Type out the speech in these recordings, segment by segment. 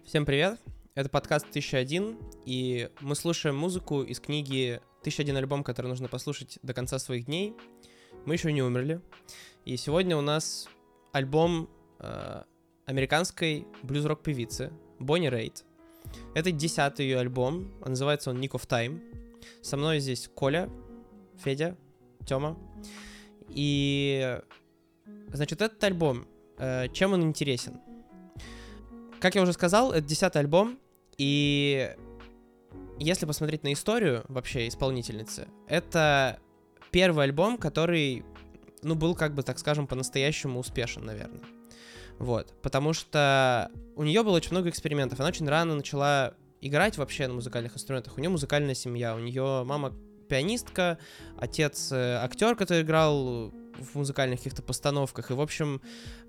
Всем привет, это подкаст 1001, и мы слушаем музыку из книги «1001 альбом, который нужно послушать до конца своих дней». Мы еще не умерли, и сегодня у нас альбом американской блюз-рок певицы Бонни Рейд. Это 10-й ее альбом, называется он «Nick of Time». Со мной здесь Коля, Федя, Тёма. И, значит, этот альбом, чем он интересен? Как я уже сказал, это 10-й альбом, и если посмотреть на историю вообще исполнительницы, это первый альбом, который, был как бы, так скажем, по-настоящему успешен, наверное. Вот, потому что у нее было очень много экспериментов, она очень рано начала играть вообще на музыкальных инструментах, у нее музыкальная семья, у нее мама пианистка, отец актер, который играл в музыкальных каких-то постановках, и, в общем,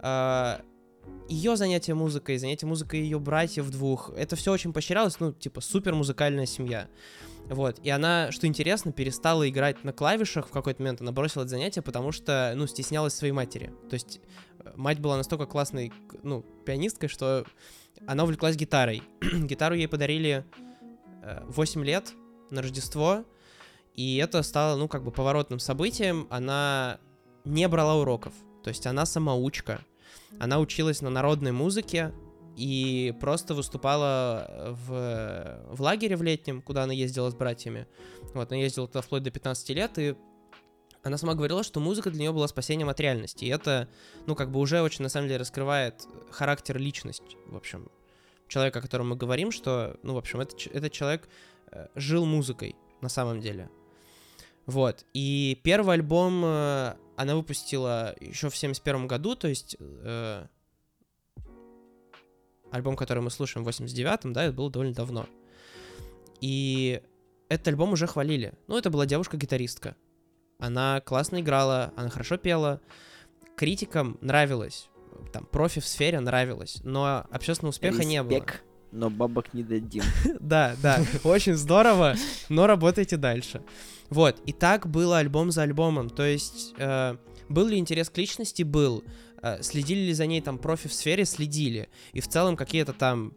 ее занятия музыкой ее братьев двух, это все очень поощрялось, супер музыкальная семья. Вот, и она, что интересно, перестала играть на клавишах в какой-то момент, она бросила это занятие, потому что, стеснялась своей матери. То есть мать была настолько классной, пианисткой, что она увлеклась гитарой. Гитару ей подарили 8 лет на Рождество, и это стало, поворотным событием. Она не брала уроков, то есть она самоучка. Она училась на народной музыке и просто выступала в лагере в летнем, куда она ездила с братьями. Вот, она ездила туда вплоть до 15 лет, и она сама говорила, что музыка для нее была спасением от реальности. И это, уже очень, на самом деле, раскрывает характер, личность, в общем, человека, о котором мы говорим, что, этот человек жил музыкой на самом деле. Вот, и первый альбом она выпустила еще в 71 году, то есть альбом, который мы слушаем в 89-м, да, это было довольно давно. И этот альбом уже хвалили. Это была девушка-гитаристка. Она классно играла, она хорошо пела, критикам нравилось, там, профи в сфере нравилось, но общественного успеха не было. Но бабок не дадим. Да, очень здорово, но работайте дальше. Вот, и так было альбом за альбомом, то есть был ли интерес к личности? Был. Следили ли за ней там профи в сфере? Следили. И в целом какие-то там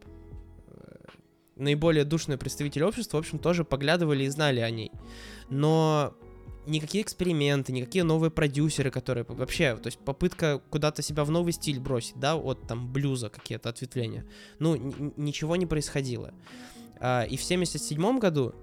наиболее душные представители общества, в общем, тоже поглядывали и знали о ней. Но никакие эксперименты, никакие новые продюсеры, которые вообще, то есть попытка куда-то себя в новый стиль бросить, да, от там блюза какие-то ответвления, ничего не происходило. И в 77 году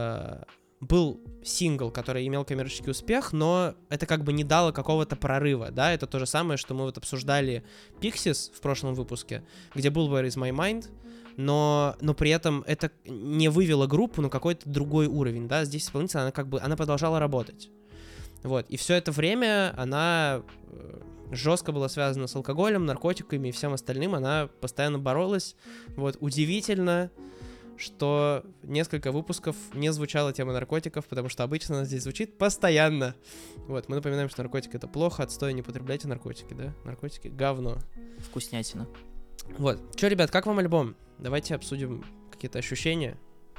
был сингл, который имел коммерческий успех, но это как бы не дало какого-то прорыва, да, это то же самое, что мы обсуждали Pixies в прошлом выпуске, где был Where is my mind, но при этом это не вывело группу на какой-то другой уровень, да, здесь исполнительница, она продолжала работать, вот, и все это время она жестко была связана с алкоголем, наркотиками и всем остальным, она постоянно боролась, вот, удивительно, что несколько выпусков не звучала тема наркотиков, потому что обычно она здесь звучит постоянно. Вот, мы напоминаем, что наркотики — это плохо, отстой, не потребляйте наркотики, да? Наркотики — говно. Вкуснятина. Вот. Чё, ребят, как вам альбом? Давайте обсудим какие-то ощущения.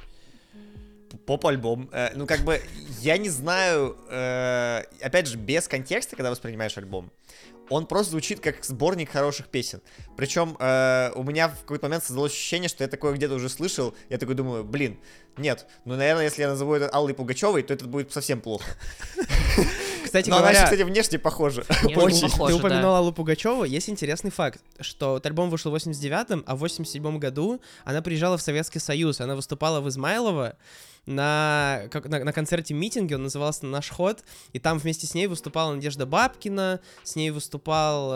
Поп-альбом. Я не знаю, опять же, без контекста, когда воспринимаешь альбом, он просто звучит как сборник хороших песен. Причем у меня в какой-то момент создалось ощущение, что я такое где-то уже слышал. Я такой думаю, нет. Наверное, если я назову это Аллой Пугачевой, то это будет совсем плохо. Кстати говоря... она, кстати, внешне похожа. Очень. Ты упоминал Аллу Пугачеву. Есть интересный факт, что этот альбом вышел в 89-м, а в 87 году она приезжала в Советский Союз. Она выступала в Измайлово на концерте-митинге, он назывался «Наш ход», и там вместе с ней выступала Надежда Бабкина, с ней выступал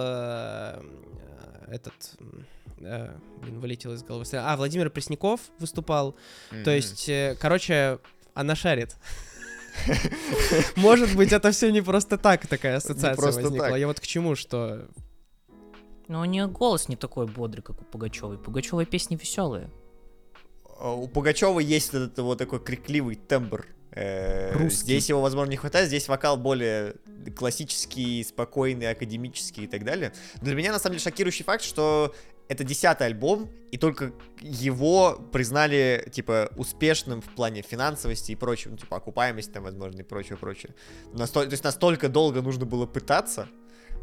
вылетел из головы. Владимир Пресняков выступал. То есть, она шарит. Может быть, это все не просто так, такая ассоциация возникла. Так. Я вот к чему, что... Но у нее голос не такой бодрый, как у Пугачевой. Пугачевой песни веселые. У Пугачевой есть этот вот такой крикливый тембр. Русский. Здесь его, возможно, не хватает. Здесь вокал более классический, спокойный, академический и так далее. Но для меня, на самом деле, шокирующий факт, что это 10-й альбом, и только его признали, успешным в плане финансовости и прочего, окупаемости там, возможно, и прочее. То есть настолько долго нужно было пытаться,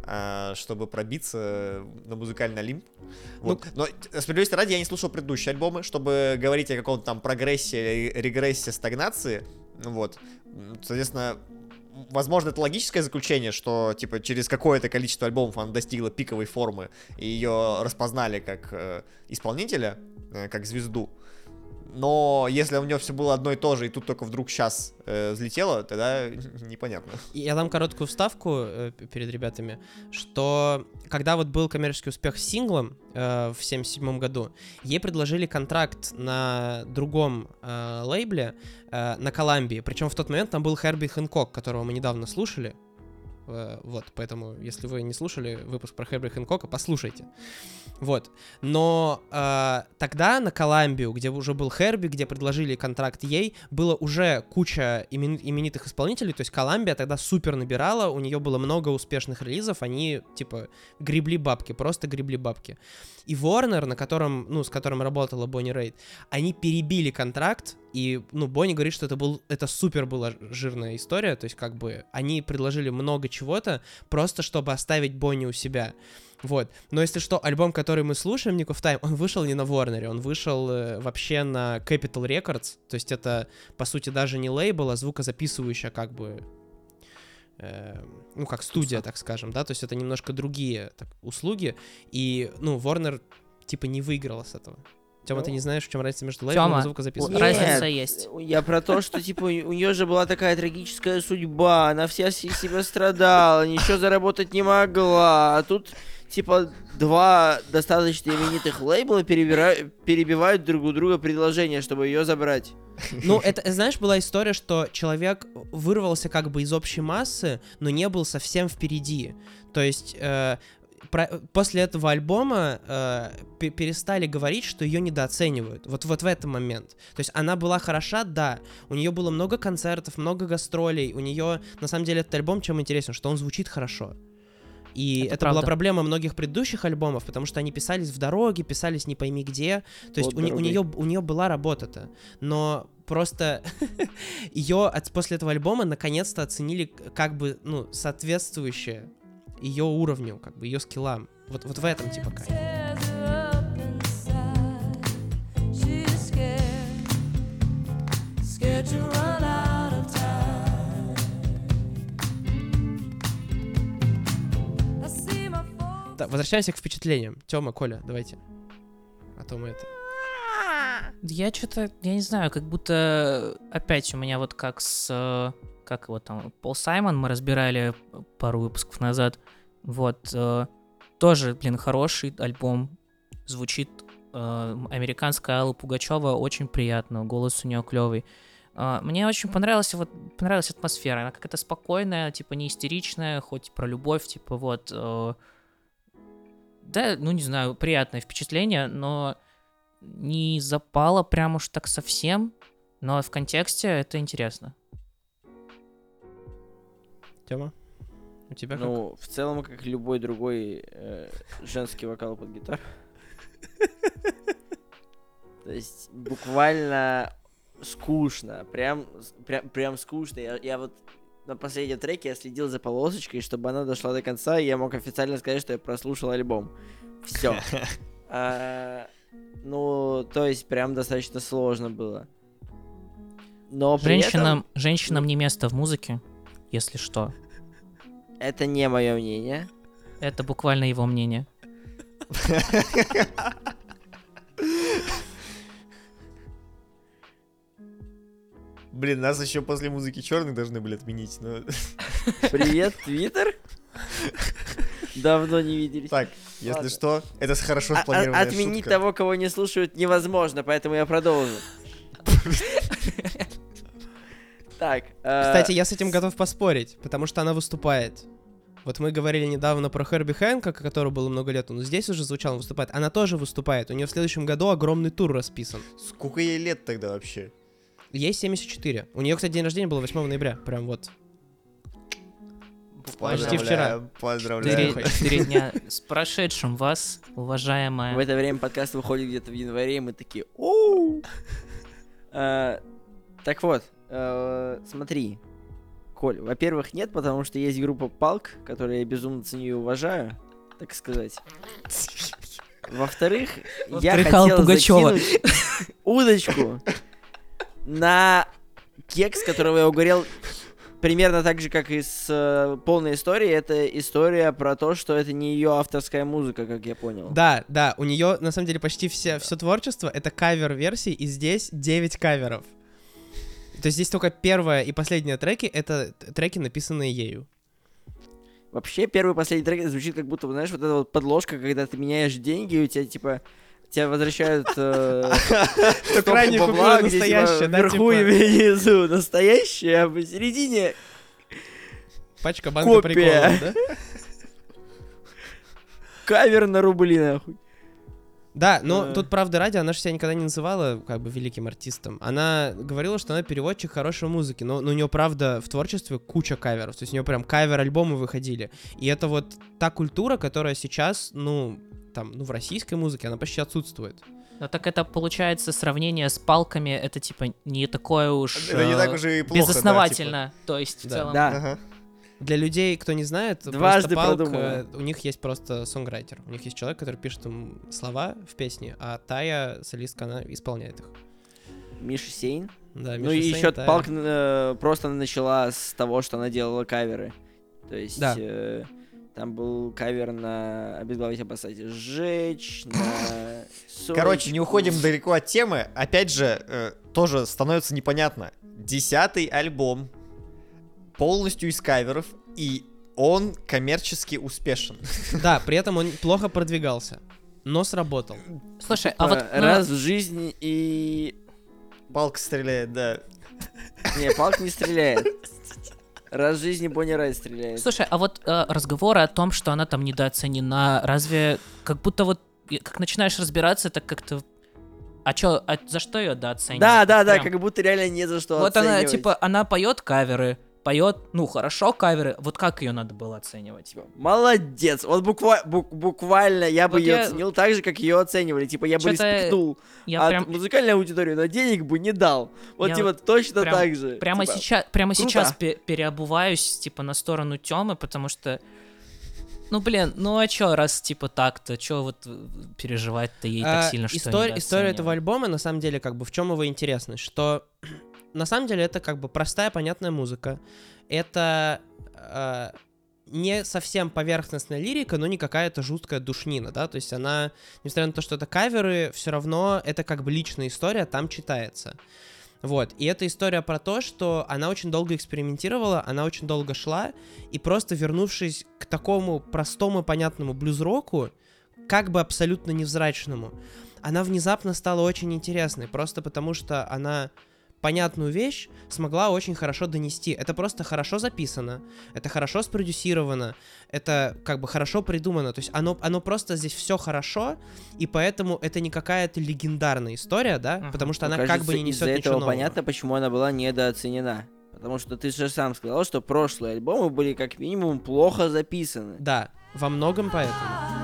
чтобы пробиться на музыкальный Олимп. Вот. Но, справедливости ради, я не слушал предыдущие альбомы, чтобы говорить о каком-то там прогрессе, регрессе, стагнации. Вот. Соответственно, возможно, это логическое заключение, что, типа, через какое-то количество альбомов она достигла пиковой формы, и ее распознали как исполнителя, как звезду. Но если у нее все было одно и то же, и тут только вдруг сейчас взлетело, тогда непонятно. Я дам короткую вставку перед ребятами, что когда вот был коммерческий успех с синглом в 1977 году, ей предложили контракт на другом лейбле, на Колумбии. Причем в тот момент там был Херби Хэнкок, которого мы недавно слушали. Вот, поэтому, если вы не слушали выпуск про Херби Хэнкока, послушайте. Вот. Но тогда на Колумбию, где уже был Херби, где предложили контракт ей, было уже куча именитых исполнителей, то есть Колумбия тогда супер набирала, у нее было много успешных релизов, они, типа, гребли бабки, просто гребли бабки. И Warner, с которым работала Бонни Рейд, они перебили контракт, и, Бонни говорит, что это супер была жирная история, то есть, как бы, они предложили много чего-то, просто чтобы оставить Бонни у себя. Вот. Но если что, альбом, который мы слушаем, Nick of Time, он вышел не на Warner, он вышел вообще на Capitol Records, то есть это, по сути, даже не лейбл, а звукозаписывающая, как бы, как студия, так скажем, да, то есть это немножко другие услуги, и, Warner, типа, не выиграла с этого. Тёма, ты не знаешь, в чем разница между лейблом и звукозаписыванием? Разница есть. Я про то, что, типа, у нее же была такая трагическая судьба, она вся себя страдала, ничего заработать не могла, а тут, типа, два достаточно именитых лейбла перебивают друг у друга предложения, чтобы ее забрать. Это, знаешь, была история, что человек вырвался как бы из общей массы, но не был совсем впереди. То есть после этого альбома перестали говорить, что ее недооценивают. Вот в этом момент. То есть она была хороша, да. У нее было много концертов, много гастролей. У нее, на самом деле, этот альбом чем интересен, что он звучит хорошо. И это была проблема многих предыдущих альбомов, потому что они писались в дороге, писались не пойми где. То есть у нее была работа-то. Но просто ее после этого альбома наконец-то оценили как бы, соответствующее ее уровню, как бы ее скиллам. Вот в этом типа кайф. Так, возвращаемся к впечатлениям. Тёма, Коля, давайте. А то мы это... Я не знаю, как будто опять у меня вот как его там, Пол Саймон, мы разбирали пару выпусков назад. Вот, тоже, хороший альбом. Звучит американская Алла Пугачева очень приятно, голос у нее клевый. Мне очень понравилась атмосфера, она какая-то спокойная, типа не истеричная, хоть про любовь, типа вот... Да, не знаю, приятное впечатление, но не запало прям уж так совсем, но в контексте это интересно. Тёма, у тебя как? В целом, как любой другой женский вокал под гитару. То есть буквально скучно, прям скучно. Я вот на последнем треке я следил за полосочкой, чтобы она дошла до конца, и я мог официально сказать, что я прослушал альбом. Все. То есть прям достаточно сложно было. Но Женщинам не место в музыке, если что. Это не мое мнение. Это буквально его мнение. Блин, нас еще после музыки черных должны были отменить, но... Привет, Твиттер. Давно не виделись. Так, если что, это хорошо спланированная шутка. Отменить того, кого не слушают, невозможно, поэтому я продолжу. Так. Кстати, я с этим готов поспорить, потому что она выступает. Вот мы говорили недавно про Херби Хэнкока, которого было много лет, но здесь уже звучал, он выступает. Она тоже выступает, у нее в следующем году огромный тур расписан. Сколько ей лет тогда вообще? Ей 74. У нее, кстати, день рождения был 8 ноября, прям вот. Почти вчера. Поздравляю. 4 дня. С прошедшим вас, уважаемая. В это время подкаст выходит где-то в январе, и мы такие оу. Так вот, смотри. Коль, во-первых, нет, потому что есть группа Палк, которую я безумно ценю и уважаю, так сказать. Во-вторых, я хотел Пугачёва. закинуть удочку на кекс, которого я угорел примерно так же, как и с полной историей. Это история про то, что это не ее авторская музыка, как я понял. Да, у нее на самом деле почти все творчество — это кавер-версии, и здесь 9 каверов. То есть здесь только первая и последняя треки — это треки, написанные ею. Вообще, первый и последний трек звучит как будто, знаешь, вот эта вот подложка, когда ты меняешь деньги, и у тебя, типа, тебя возвращают стопку ранее бабла, купила где, настоящее, типа, да, вверху и типа? внизу настоящее, а посередине Пачка банка Копия. приколов, да? кавер на рубли, нахуй. Да, но тут, правда ради, она же себя никогда не называла как бы великим артистом. Она говорила, что она переводчик хорошей музыки, но у нее, правда, в творчестве куча каверов. То есть у нее прям кавер-альбомы выходили. И это вот та культура, которая сейчас, в российской музыке, она почти отсутствует. Ну так это получается сравнение с палками, это типа не такое уж Это не так уже и плохо, безосновательно. То есть в Да. целом. Да. Ага. Для людей, кто не знает, Дважды просто Палк, продумано. у них есть просто сонграйтер. У них есть человек, который пишет им слова в песне, а Тая, солистка, она исполняет их. Миша Сейн. Да, Ну Миша и Сейн, еще Тая. Палк просто начала с того, что она делала каверы. То есть Да. там был кавер на «Обезглавить, обоссать и сжечь», на Короче, не «Соечку». уходим далеко от темы. Опять же, тоже становится непонятно. 10-й альбом, полностью из каверов, и он коммерчески успешен. Да, при этом он плохо продвигался, но сработал. Слушай, а вот Раз в жизни и... Палка стреляет, да. Не, Палк не стреляет. Раз в жизни Бонни Райт стреляет. Слушай, а вот разговоры о том, что она там недооценена, разве как будто вот как начинаешь разбираться, это как-то... за что ее дооценивать? Да, Прям. как будто реально не за что Вот она, оценивать. типа, она поет каверы, хорошо каверы, вот как ее надо было оценивать? Типа, молодец. Вот буквально я бы Вот ее я- оценил так же, как ее оценивали. Типа, я бы Чё-то респектнул Я от прям, музыкальной аудитории, но денег бы не дал. Вот, Я типа, точно прям- так же. прямо Типа, сейчас круто. переобуваюсь, типа, на сторону Тёмы, потому что, а чё, раз, типа, так-то, чё вот переживать-то ей так сильно, что История этого альбома, на самом деле, как бы, в чем его интересность, что на самом деле это как бы простая, понятная музыка. Это не совсем поверхностная лирика, но не какая-то жуткая душнина, да, то есть она, несмотря на то, что это каверы, все равно это как бы личная история, там читается. Вот, и эта история про то, что она очень долго экспериментировала, она очень долго шла, и просто вернувшись к такому простому, понятному блюз-року, как бы абсолютно невзрачному, она внезапно стала очень интересной, просто потому что она понятную вещь смогла очень хорошо донести. Это просто хорошо записано, это хорошо спродюсировано, это как бы хорошо придумано. То есть оно просто здесь все хорошо, и поэтому это не какая-то легендарная история, да, потому что Мне она как бы кажется, не несет из-за ничего этого нового. понятно, почему она была недооценена. Потому что ты же сам сказал, что прошлые альбомы были как минимум плохо записаны. Да, во многом поэтому.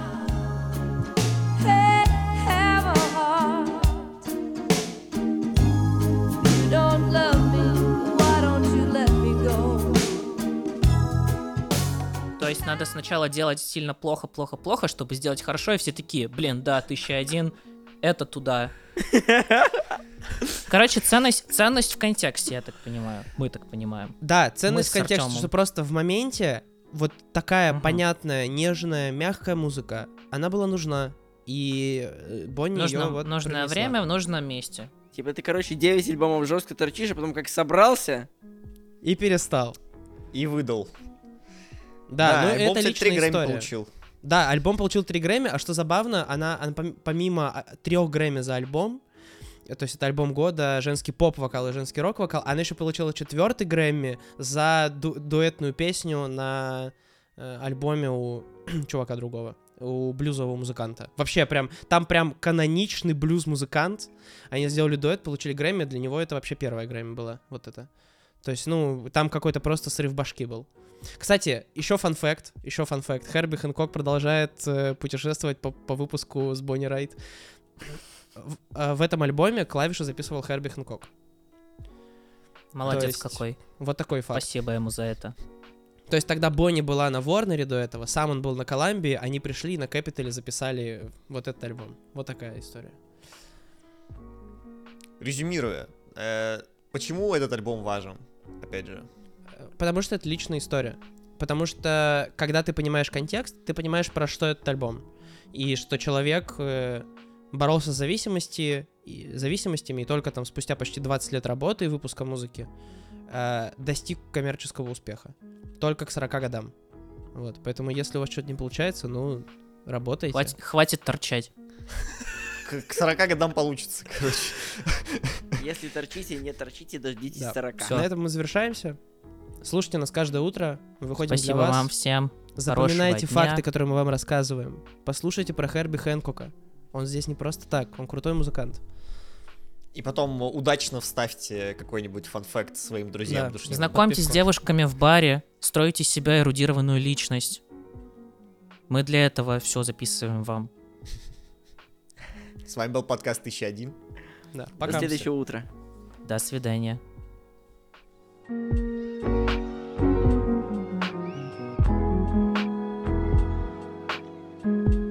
То есть надо сначала делать сильно плохо, чтобы сделать хорошо, и все такие, блин, да, 1001, это туда. Короче, ценность в контексте, я так понимаю. Мы так понимаем. Да, ценность с контекста, Артёмом. что просто в моменте вот такая Мгм. понятная, нежная, мягкая музыка, она была нужна. И Бонни ее вот Нужное принесла. время в нужном месте. Типа ты, короче, 9 альбомов жестко торчишь, а потом как собрался. И перестал. И выдал. Да, ну альбом, это кстати, 3 личная Грэмми история. получил. Да, альбом получил 3 Грэмми, а что забавно, она помимо 3 Грэмми за альбом, то есть это альбом года, женский поп-вокал и женский рок-вокал, она еще получила 4-й Грэмми за дуэтную песню на альбоме у чувака другого, у блюзового музыканта. Вообще там прям каноничный блюз-музыкант, они сделали дуэт, получили Грэмми, для него это вообще первая Грэмми была, вот это. То есть, там какой-то просто срыв башки был. Кстати, еще фан-факт. Херби Хэнкок продолжает путешествовать по выпуску с Бонни Райт. В этом альбоме клавиши записывал Херби Хэнкок. Молодец То есть какой. Вот такой факт. Спасибо ему за это. То есть тогда Бонни была на Ворнере до этого, сам он был на Колумбии, они пришли и на Capitol записали вот этот альбом. Вот такая история. Резюмируя, почему этот альбом важен? Опять же. Потому что это личная история. Потому что, когда ты понимаешь контекст, ты понимаешь, про что этот альбом. И что человек боролся с зависимостями, и только там спустя почти 20 лет работы и выпуска музыки достиг коммерческого успеха. Только к 40 годам. Вот, поэтому если у вас что-то не получается, ну, работайте. Хватит торчать. К 40 годам получится, короче. Если торчите, не торчите, дождитесь Да. 40. Всё. На этом мы завершаемся. Слушайте нас каждое утро. Мы выходим Спасибо для вас. вам всем. Запоминайте Хорошего факты, дня. которые мы вам рассказываем. Послушайте про Херби Хэнкока. Он здесь не просто так, он крутой музыкант. И потом удачно вставьте какой-нибудь фан-факт своим друзьям. Да. душнилым. Знакомьтесь с Подпивко. девушками в баре, стройте из себя эрудированную личность. Мы для этого все записываем вам. С вами был подкаст 1001. Да, До пока. следующего утра. До свидания. Thank you.